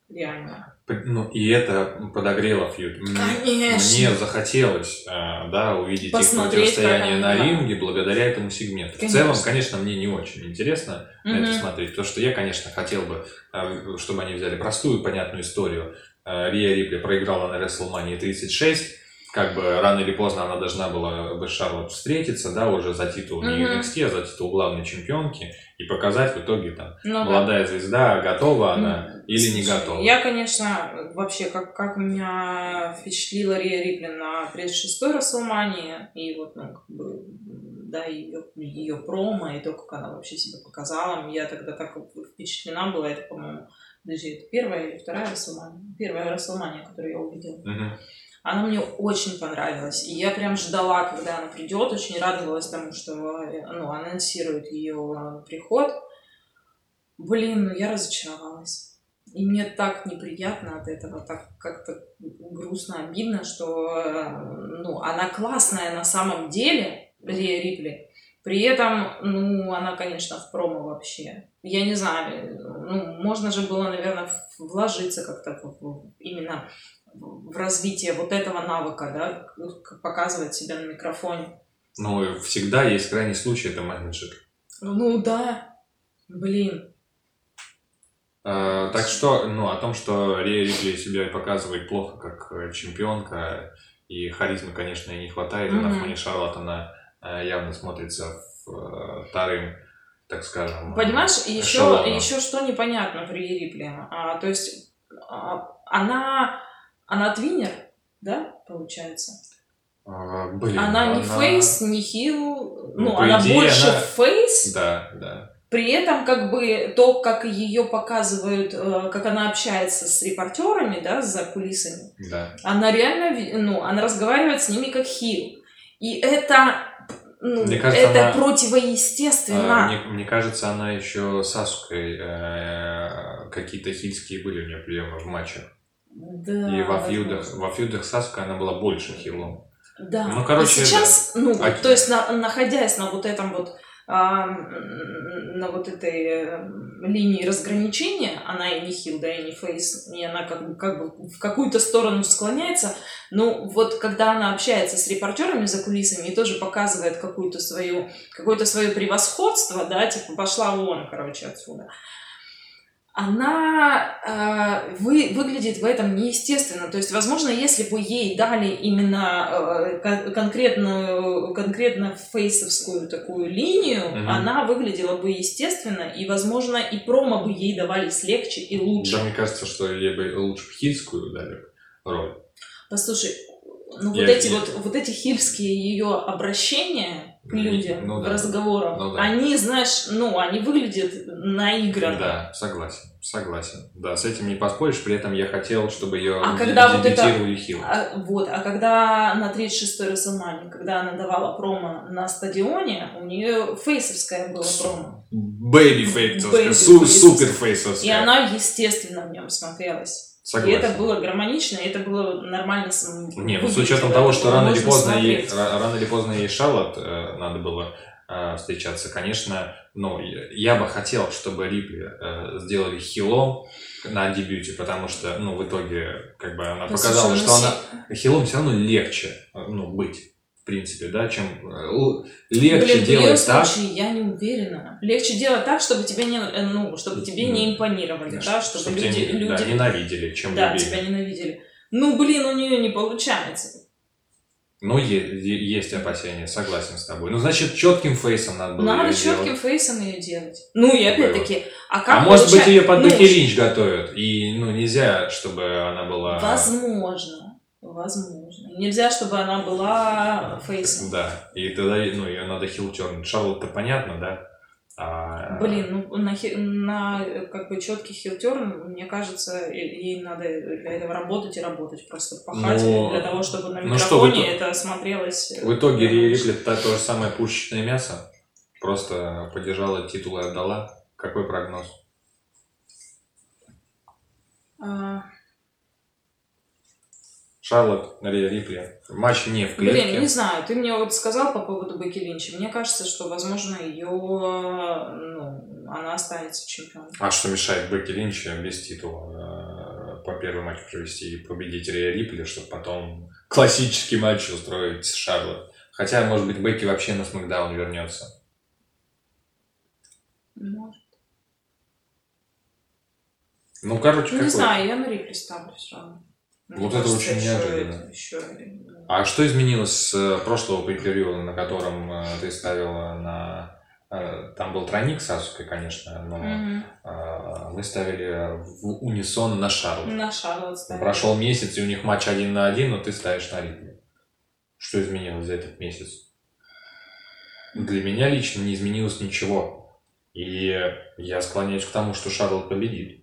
реально. Ну, и это подогрело фьюд. Конечно. Мне захотелось, да, увидеть посмотреть, их противостояние на они... ринге благодаря этому сегменту. Конечно. В целом, конечно, мне не очень интересно mm-hmm. на это смотреть, потому что я, конечно, хотел бы, чтобы они взяли простую, понятную историю. Рия Рипли проиграла на WrestleMania тридцать шесть, как бы рано или поздно она должна была бы с Шарлотт встретиться, да, уже за титул не mm-hmm. эн экс ти, а за титул главной чемпионки, и показать в итоге там, ну, молодая да. звезда, готова она mm-hmm. или не готова. Я, конечно, вообще, как, как меня впечатлила Рия Рипли на тридцать шестой WrestleMania, и вот, ну, как бы, да, ее, ее промо, и то, как она вообще себя показала, я тогда так впечатлена была, это, по-моему, подожди, это первая или вторая WrestleMania? Первая WrestleMania, которую я увидела. Mm-hmm. Она мне очень понравилась. И я прям ждала, когда она придет. Очень радовалась тому, что ну, анонсирует ее приход. Блин, ну я разочаровалась. И мне так неприятно от этого, так как-то грустно, обидно, что ну, она классная на самом деле, Рия Рипли. При этом, ну, она, конечно, в промо вообще. Я не знаю, ну, можно же было, наверное, вложиться как-то в, именно в развитие вот этого навыка, да, показывать себя на микрофоне. Ну, всегда есть крайний случай, это менеджер. Ну, да. Блин. А, так что, ну, о том, что Рия Рипли себя показывает плохо как чемпионка, и харизмы, конечно, ей не хватает, mm-hmm. и на фоне Шарлотт она явно смотрится вторым, так скажем, понимаешь, еще, еще что непонятно при Рии Рипли. А, то есть а, она, она твиннер, да, получается? А, блин, она, она не фейс, не хил, ну, ну она идее, больше она... фейс. Да, да. При этом, как бы, то, как ее показывают, как она общается с репортерами, да, за кулисами, да. она реально, ну, она разговаривает с ними как хил. И это, ну, мне кажется, это она, противоестественно. Мне, мне кажется, она еще с Асукой э, какие-то хильские были у нее приемы в матчах. Да. И во фьюдах, во фьюдах с Асукой она была больше хилом. Да. Ну, короче, и сейчас, да. ну, а... то есть, на, находясь на вот этом вот А, на вот этой линии разграничения, она и не хил, да, и не фейс, и она как бы, как бы в какую-то сторону склоняется, но вот когда она общается с репортерами за кулисами и тоже показывает какую-то свою, какое-то свое превосходство, да, типа пошла вон, короче, отсюда, она э, вы, выглядит в этом неестественно. То есть, возможно, если бы ей дали именно э, конкретную, конкретно фейсовскую такую линию, mm-hmm. она выглядела бы естественно, и, возможно, и промо бы ей давались легче и лучше. Да, мне кажется, что ей бы лучше хильскую дали роль. Послушай, ну я, вот эти я... вот, вот эти хильские ее обращения к людям, ну, в да, разговорах, ну, да. они, знаешь, ну, они выглядят наигранно. Да, согласен, согласен. Да, с этим не поспоришь, при этом я хотел, чтобы ее а когда вот это, хил. А, вот, а когда на тридцать шестой WrestleMania, когда она давала промо на стадионе, у нее фейсовская была промо. Бэйби фейсовская, супер фейсовская. И она, естественно, в нем смотрелась. Согласен. И это было гармонично, и это было нормально. Не, ну с учетом того, что рано или, поздно ей, рано или поздно ей Шарлотт э, надо было э, встречаться, конечно, ну, я бы хотел, чтобы Рипли э, сделали хилом на дебюте, потому что, ну, в итоге, как бы она Послушай, показала, ну, что си... она хилом все равно легче, ну, быть. В принципе, да, чем э, легче Блин, делать в так. случае, я не уверена. Легче делать так, чтобы тебе не, ну, чтобы тебе не импонировали, да, чтобы, чтобы люди, тебя, люди да, ненавидели, чем да, любили. тебя ненавидели. Ну, блин, у нее не получается. Ну, е- есть опасения, согласен с тобой. Ну, значит, четким фейсом надо было Надо ее четким делать. фейсом ее делать. Ну, и опять-таки, а как А может получается... быть, ее под ну, Бекки Линч готовят, и, ну, нельзя, чтобы она была... Возможно. Возможно. Нельзя, чтобы она была фейсом. Да, и тогда, ну, ее надо хил-тернуть. Шарлотт-то понятно, да? А... Блин, ну, на, на как бы четкий хил-терн, мне кажется, ей надо для этого работать и работать. Просто пахать ну, для того, чтобы на микрофоне ну, это смотрелось... В итоге Рия Рипли то, то же самое пушечное мясо. Просто поддержала титул и отдала. Какой прогноз? А... Шарлотт, Рия Рипли. Матч не в клетке. Блин, не знаю. Ты мне вот сказал по поводу Бекки Линча. Мне кажется, что, возможно, ее, ну, она останется чемпионом. А что мешает Бекки Линч без титула по первый матч провести и победить Рея Рипли, чтобы потом классический матч устроить с Шарлотт. Хотя, может быть, Бекки вообще на Смакдаун вернется. Может. Ну, короче, Ну, какой... не знаю, я на Рипли ставлю все равно. Вот это очень неожиданно. Еще... А что изменилось с прошлого пейпервью, на котором э, ты ставила на... Э, там был тройник с Асукой, конечно, но mm-hmm. э, мы ставили в унисон на Шарлотт. На Шарлотт ставили. Прошел месяц, и у них матч один на один, но ты ставишь на Рипли. Что изменилось за этот месяц? Для меня лично не изменилось ничего. И я склоняюсь к тому, что Шарлотт победит.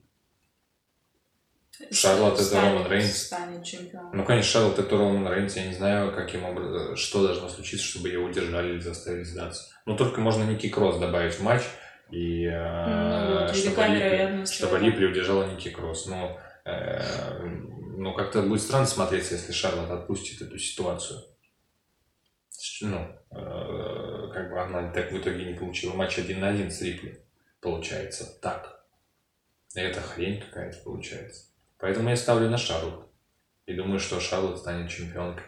Шарлотт это Роман Рейнс. Станет чемпионом. Ну, конечно, Шарлотт это Роман Рейнс. Я не знаю, каким образом, что должно случиться, чтобы ее удержали или заставили сдаться. Ну, только можно Ники Кросс добавить в матч, и ну, вот, чтобы, Рипли, чтобы Рипли удержала Ники Кросс. Но э, ну, как-то будет странно смотреться, если Шарлотт отпустит эту ситуацию. Ну, э, как бы она так в итоге не получила матч один на один с Рипли. Получается так. Это хрень какая-то получается. Поэтому я ставлю на Шарлотт. И думаю, что Шарлотт станет чемпионкой.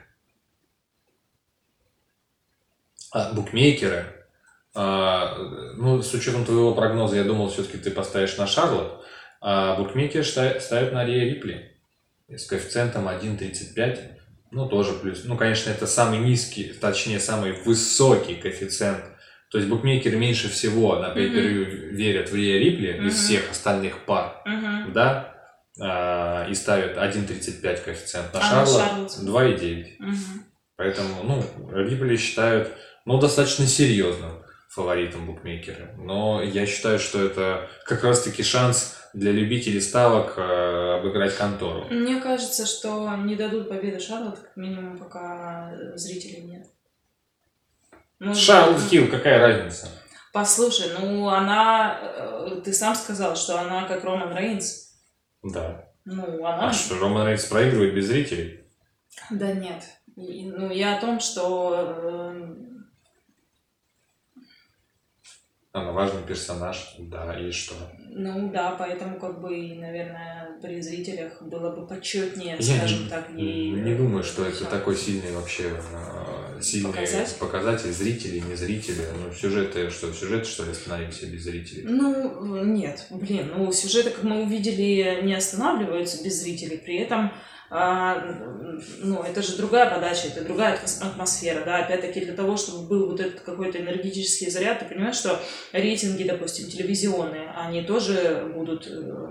А букмекеры... А, ну, с учетом твоего прогноза, я думал, все-таки ты поставишь на Шарлотт. А букмекеры ставят на Рея Рипли. С коэффициентом один тридцать пять. Ну, тоже плюс. Ну, конечно, это самый низкий, точнее, самый высокий коэффициент. То есть букмекеры меньше всего на pay-per-view mm-hmm. верят в Рея Рипли mm-hmm. из всех остальных пар. Mm-hmm. Да? И ставят один тридцать пять коэффициент на а Шарлотт, два девять. Угу. Поэтому, ну, Рипли считают, ну, достаточно серьезным фаворитом букмекеры. Но я считаю, что это как раз-таки шанс для любителей ставок э, обыграть контору. Мне кажется, что не дадут победы Шарлотт, как минимум, пока зрителей нет. Ну, Шарлотт Хилл, какая разница? Послушай, ну, она, ты сам сказал, что она как Роман Рейнс. Да. Ну, она... А что, Роман Рейнс проигрывает без зрителей? Да нет. И, ну, я о том, что... Э... Она важный персонаж, да, и что? Ну, да, поэтому, как бы, наверное, при зрителях было бы почетнее, я скажем не, так, ей... не думаю, что это такой сильный вообще, сильный показатель, показатель зрителей, не зрителей. Ну, сюжеты, что, сюжеты, что ли, остановимся без зрителей? Ну, нет, блин, ну, сюжеты, как мы увидели, не останавливаются без зрителей, при этом, а, ну, это же другая подача, это другая атмосфера, да, опять-таки для того, чтобы был вот этот какой-то энергетический заряд, ты понимаешь, что рейтинги, допустим, телевизионные, они тоже будут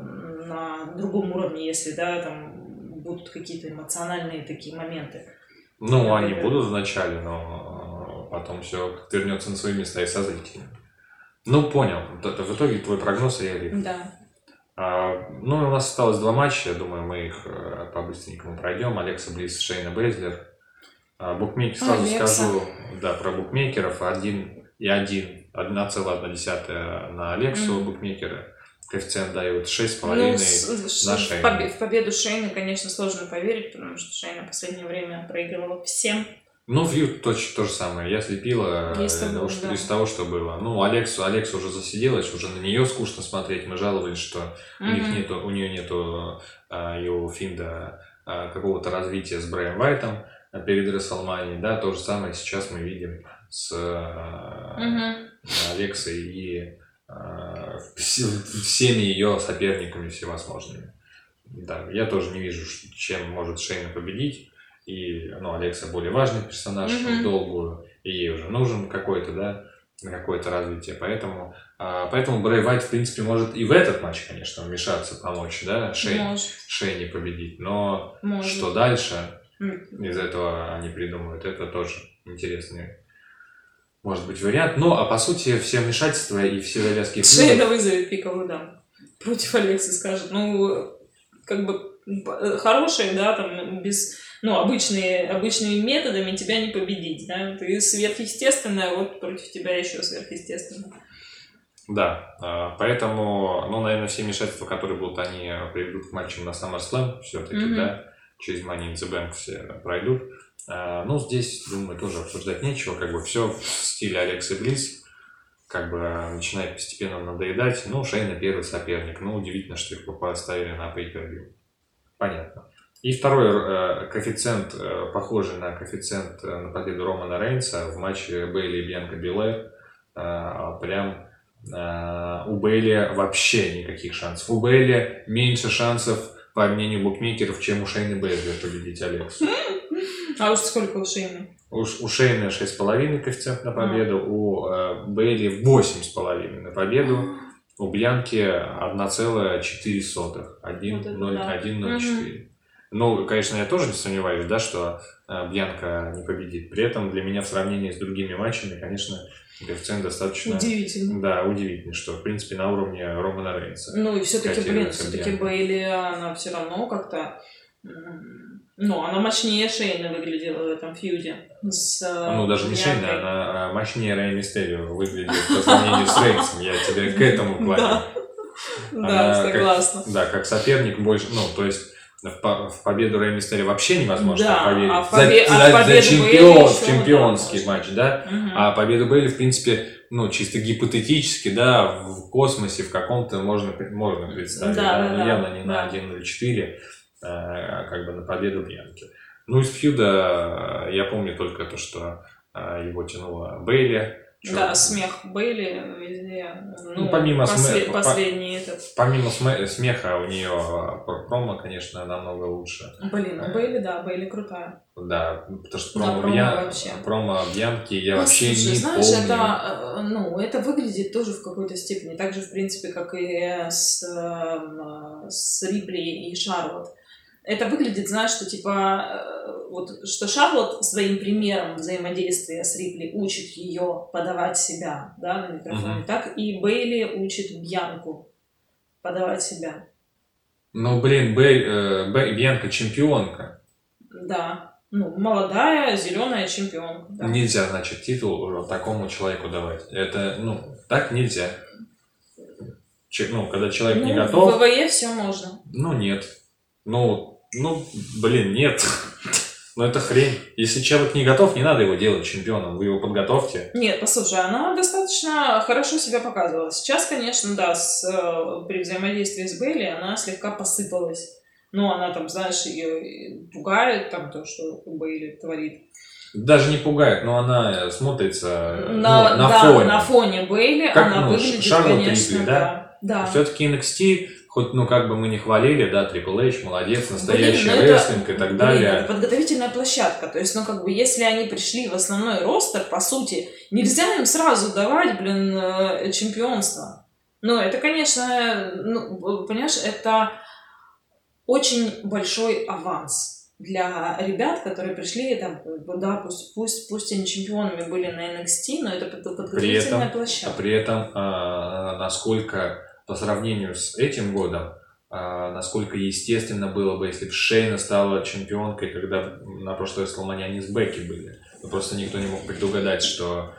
на другом уровне, если, да, там будут какие-то эмоциональные такие моменты. Ну, я они будут вначале, но потом все вернется на свои места и со зрителями. Ну, понял. В итоге твой прогноз я верю. Да. А, ну, у нас осталось два матча, я думаю, мы их по-быстренькому пройдем. Алекса Блисс, Шейна Бейзлер. А, букмекер, сразу Алекса. скажу, да, про букмекеров. Один и один, одна целая одна десятая на Алексу mm-hmm. букмекеры. Коэффициент дают шесть с половиной ну, на Шейну. В победу Шейны, конечно, сложно поверить, потому что Шейна в последнее время проигрывала всем. Ну, Вью точно то же самое. Я слепила из того, что, да. из того, что было. Ну, Алексу, Алексу уже засиделась, уже на нее скучно смотреть. Мы жаловались, что mm-hmm. у них нету, у нее нету а, ее Финда а, какого-то развития с Брэем Уайтом а, перед Рестлманией. Да, то же самое сейчас мы видим с а, mm-hmm. Алексой и а, всеми ее соперниками всевозможными. Да, я тоже не вижу, чем может Шейна победить. И, ну, Алекса более важный персонаж mm-hmm. в долгую, и ей уже нужен какой-то, да, какое-то развитие. Поэтому, а, поэтому Брэй Уайт, в принципе, может и в этот матч, конечно, вмешаться, помочь, да, Шейне, Шейне победить. Но может. Что дальше mm-hmm. из этого они придумают, это тоже интересный, может быть, вариант. Ну, а по сути, все вмешательства и все завязки... Шейна вызовет пиковую даму против Алексы, скажет, ну, как бы хорошие, да, там, без... Ну, обычные, обычными методами тебя не победить, да? Ты сверхъестественная, вот против тебя еще сверхъестественная. Да, поэтому, ну, наверное, все вмешательства, которые будут, они приведут к матчам на SummerSlam все-таки, mm-hmm. да, через Money in the Bank все пройдут. Ну, здесь, думаю, тоже обсуждать нечего, как бы все в стиле Алексы Блисс, как бы начинает постепенно надоедать. Ну, Шейна первый соперник, ну, удивительно, что их поставили на pay-per-view. понятно. И второй э, коэффициент, э, похожий на коэффициент э, на победу Романа Рейнса в матче Бейли и Бьянка Белэр. Э, прям э, у Бейли вообще никаких шансов. У Бейли меньше шансов, по мнению букмекеров, чем у Шейны Бейзлер победить Алексу. А уж сколько у Шейны? У, у Шейны шесть с половиной коэффициент на победу, а. у э, Бейли восемь с половиной на победу. У Бьянки одна целая четыре сотых, один ноль четыре. Ну, конечно, я тоже не сомневаюсь, да, что э, Бьянка не победит. При этом для меня в сравнении с другими матчами, конечно, коэффициент достаточно... Удивительный. Да, удивительный, что, в принципе, на уровне Романа Рейнса. Ну, и все-таки, блин, все-таки Бейли, она все равно как-то... Ну, она мощнее Шейны выглядела в этом фьюде. С, ну, даже не Шейна, она мощнее Рэй Мистерио выглядит по сравнению с Рейнсом. Я тебе к этому клоню. Да, согласна. Да, как соперник больше... Ну, то есть... В, в победу Рэй Мистерио вообще невозможно да, поверить. А в побе... за, а за, в за чемпион, в чемпионский да, матч, да? Угу. А победу Бейли, в принципе, ну, чисто гипотетически, да, в космосе в каком-то можно, можно представить. Да, да, да, но да, явно не да. на один ноль четыре, а, как бы на победу Бьянки. Ну, из фьюда я помню только то, что а, его тянула Бейли. Чё? Да, смех Бейли везде. Ну, ну, помимо послед... смеха, последний этот. Помимо смеха у нее промо, конечно, намного лучше. Блин, у Бейли, да, Бейли крутая. Да, потому что промо, да, промо, Бьян... вообще. промо Бьянки я ну, вообще слушай, не знаешь, помню. Это, ну, это выглядит тоже в какой-то степени, так же, в принципе, как и с, с Рипли и Шарлотт. Это выглядит, знаешь, что типа, вот, что Шарлотт своим примером взаимодействия с Рипли учит ее подавать себя, да, на микрофоне, uh-huh. так и Бейли учит Бьянку подавать себя. Ну, блин, Бей, э, Бей, Бьянка чемпионка. Да, ну, молодая, зеленая чемпионка. Да. Нельзя, значит, титул такому человеку давать. Это, ну, так нельзя. Че, ну, когда человек ну, не готов... в ВВЕ все можно. Ну, нет. Ну, ну, блин, нет. Ну, это хрень. Если человек не готов, не надо его делать чемпионом. Вы его подготовьте. Нет, послушай, она достаточно хорошо себя показывала. Сейчас, конечно, да, с, при взаимодействии с Бейли она слегка посыпалась. Ну, она там, знаешь, ее пугает, там, то, что Бейли творит. Даже не пугает, но она смотрится на, ну, на да, фоне. на фоне Бейли как, она ну, выглядит, Шарлотт конечно, Рипли, да. да. Все-таки эн экс ти, хоть, ну, как бы мы не хвалили, да, Трипл Эйч, молодец, настоящий блин, рестлинг это, и так блин, далее. Это подготовительная площадка. То есть, ну, как бы, если они пришли в основной ростер, по сути, нельзя им сразу давать, блин, чемпионство. Ну, это, конечно, ну, понимаешь, это очень большой аванс для ребят, которые пришли, там, да, пусть, пусть, пусть они чемпионами были на эн экс ти, но это подготовительная площадка. При этом, а, насколько по сравнению с этим годом, а, насколько естественно было бы, если бы Шейна стала чемпионкой, когда на прошлой WrestleMania они с Бекки были. Но просто никто не мог предугадать, что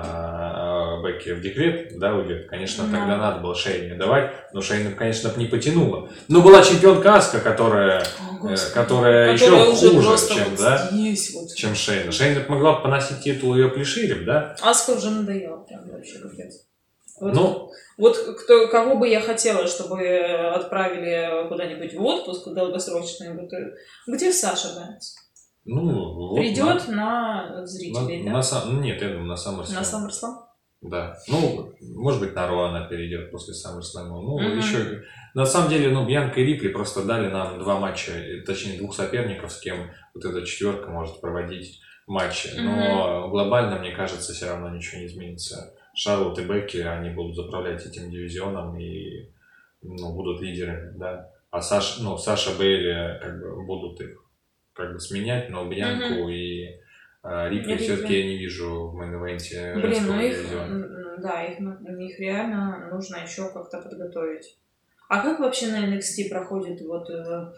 а, Бекки в декрет, да, уйдет. Конечно, да. Тогда надо было Шейне давать, но Шейна, конечно, не потянула. Но была чемпионка Аска, которая, О, э, которая, которая еще хуже, чем, вот да, здесь, вот. чем Шейна. Шейна могла бы поносить титул ее плеширем, да? Аска уже надоела, прям вообще капец. Вот, ну, вот кто, кого бы я хотела, чтобы отправили куда-нибудь в отпуск долгосрочный, вот, где Саша Бэнкс? Ну, вот придет на, на зрителей, на, да? На, нет, я думаю, на SummerSlam. На SummerSlam? Да. Ну, может быть, на Ро она перейдет после SummerSlam. Ну, mm-hmm. еще... На самом деле, ну, Бьянка и Рипли просто дали нам два матча, точнее, двух соперников, с кем вот эта четверка может проводить матчи. Mm-hmm. Но глобально, мне кажется, все равно ничего не изменится. Шарлотт и Бекки, они будут заправлять этим дивизионом и, ну, будут лидерами, да. А Саш, ну, Саша Бейли, как бы, будут их как бы сменять, но Бьянку mm-hmm. и а, Рипли все-таки я не вижу в мейн-ивенте. Блин, ну их, да, их, их реально нужно еще как-то подготовить. А как вообще на эн экс ти проходит вот э,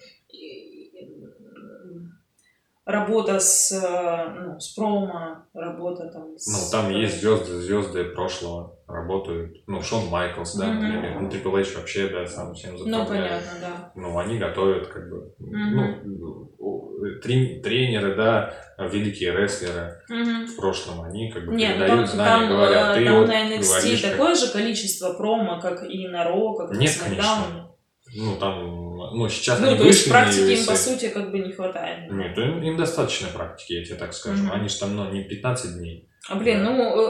работа с, ну, с промо, работа там с... Ну, там есть звезды, звезды прошлого работают. Ну, Шон Майклс, да, например. Mm-hmm. Ну, Трипл Эйч вообще, да, сам всем заправляет. Ну, понятно, да. Ну, они готовят, как бы, mm-hmm. ну, трени- тренеры, да, великие рестлеры mm-hmm. в прошлом, они как бы Нет, передают там, знания, там, говорят, ты там вот на эн экс ти говоришь, такое как... же количество промо, как и на Ро, как и Нет, на Смакдауне. Ну, там ну, сейчас Ну, они то есть вышли практики на им, ю эс эй. по сути, как бы не хватает. Нет, им, им достаточно практики, я тебе так скажу. Мгм. Они же там, ну, не пятнадцать дней. А, блин, Да.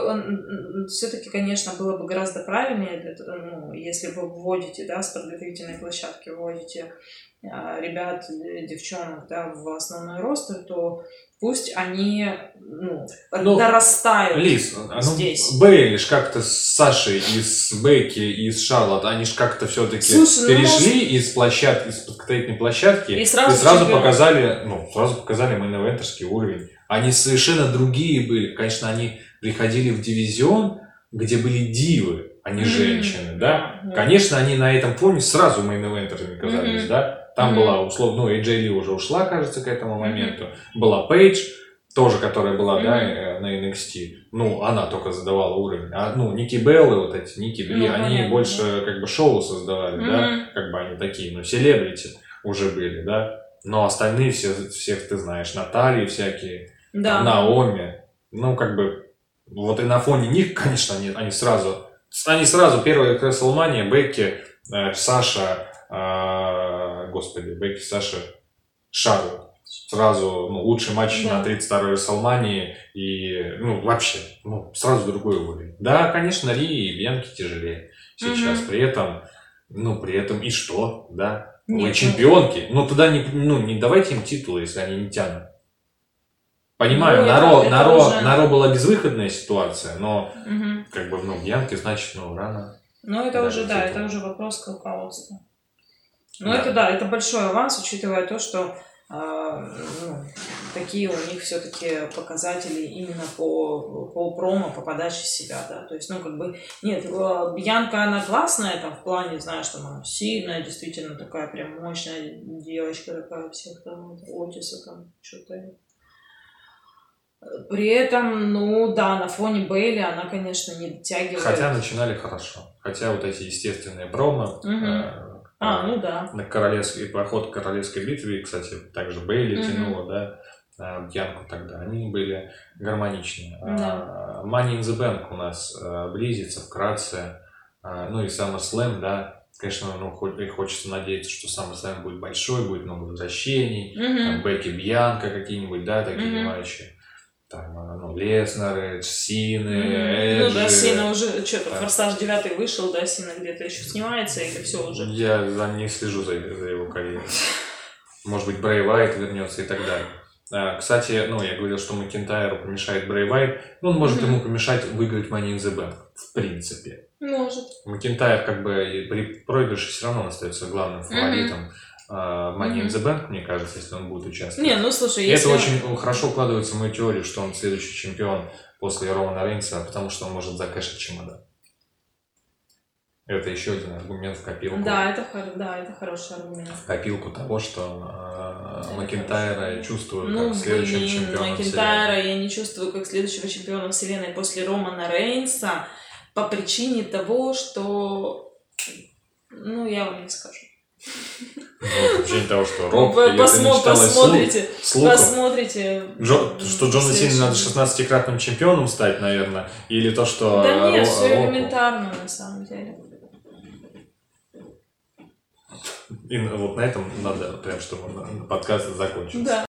ну, все-таки, конечно, было бы гораздо правильнее, это, ну, если вы вводите, да, с подготовительной площадки вводите а, ребят, э, девчонок, да, в основной ростер, то пусть они, ну, Ну, дорастают Лиз, а ну, здесь. Бейли ж как-то с Сашей, и с Бекки, и с Шарлотт, они же как-то все-таки Слушай, ну, перешли из площадки, из подготовительной площадки И сразу чемпион. показали, ну, сразу показали мейн-эвентерский уровень. Они совершенно другие были. Конечно, они приходили в дивизион, где были дивы, а не Мгм. женщины, да? Да, да. Конечно, они на этом фоне сразу мейн-эвентерами казались, Мгм. да? Там Мгм. была, условно, ну, Эйджей Ли уже ушла, кажется, к этому моменту. Была Пейдж, тоже, которая была, да, Мгм. э, на эн экс ти. Ну, она только задавала уровень. А, ну, Ники Беллы, вот эти, Ники Би, Ну, они понятно, больше, как бы, шоу создавали, да? Мгм. Как бы они такие, ну, селебрити уже были, да? Но остальные все, всех ты знаешь, Натальи всякие, Да. Наоми. Ну, как бы, вот и на фоне них, конечно, они, они сразу, они сразу, первая Креслмания, Бекки, э, Саша, э, господи, Бекки, Саша, Шарлотт. Сразу, ну, лучший матч Да. на тридцать второй Расселмании и, ну, вообще, ну, сразу другой уровень. Да, конечно, Ри и Бьянки тяжелее сейчас, Мгм. при этом, ну, при этом и что, да? Вы Нет, чемпионки, ну, тогда не, ну, не давайте им титулы, если они не тянут. Понимаю, Ну, на это- Ро, это на Ро- уже- на Ро была безвыходная ситуация, но, Мгм. как бы, ну, Бьянки, значит, ну, рано. Ну, это Да, уже, да, титул. это уже вопрос к руководству. Ну, Да. это да, это большой аванс, учитывая то, что а, ну, такие у них все-таки показатели именно по, по промо, по подаче себя, да, то есть, ну, как бы, нет, э, Бьянка, она классная, там, в плане, знаешь, там, она сильная, действительно такая прям мощная девочка такая, всех там, Отиса там, что-то. При этом, ну, да, на фоне Бейли она, конечно, не дотягивает. Хотя начинали хорошо. Хотя вот эти естественные промо, Мгм. э, А, ну да. на королевской, проход к королевской битве, кстати, также Бейли Мгм. тянула, да, а, Бьянку тогда, они были гармоничные. Да. А, Money in the Bank у нас а, близится вкратце, а, ну и SummerSlam, да, конечно, ну, хоть- и хочется надеяться, что SummerSlam будет большой, будет много возвращений, там, Мгм. Бекки, Бьянка какие-нибудь, да, такие Мгм. матчи. Там, а, ну, Леснеры, Сины, Мгм. Ну да, Эджи. Сина уже, что-то, Да. Форсаж девятый вышел, да, Сина где-то еще снимается, или все уже? Я за- не слежу за, за его карьерой. Может быть, Брэй Уайт вернется и так далее. А, кстати, ну, я говорил, что Макентайру помешает Брэй Уайт. Ну, он может Мгм. ему помешать выиграть Money in the Bank. В принципе. Может. Макентайр, как бы, и при проигрыше все равно он остается главным фаворитом а, в Money in the Bank, мне кажется, если он будет участвовать. Не, ну слушай, И если... это очень хорошо укладывается в мою теорию, что он следующий чемпион после Романа Рейнса, потому что он может закэшить чемодан. Это еще один аргумент в копилку. Да, это, хор- да, это хороший аргумент. В копилку того, что Это э, Макентайра хорошо. я чувствую Ну, как следующим блин, чемпионом Макентайра я не чувствую как следующего чемпиона вселенной после Романа Рейнса по причине того, что... Ну, я вам не скажу. вселенной. Ну, по причине того, что Рок, Вы или ты посмо- мечтала посмотрите, с Луком. посмотрите. Джо- что Джону Сине следующий- надо шестнадцатикратным чемпионом стать, наверное, или то, что Да нет, Ро- все Року. элементарно на самом деле. И вот на этом надо прям, чтобы подкаст закончился. Да.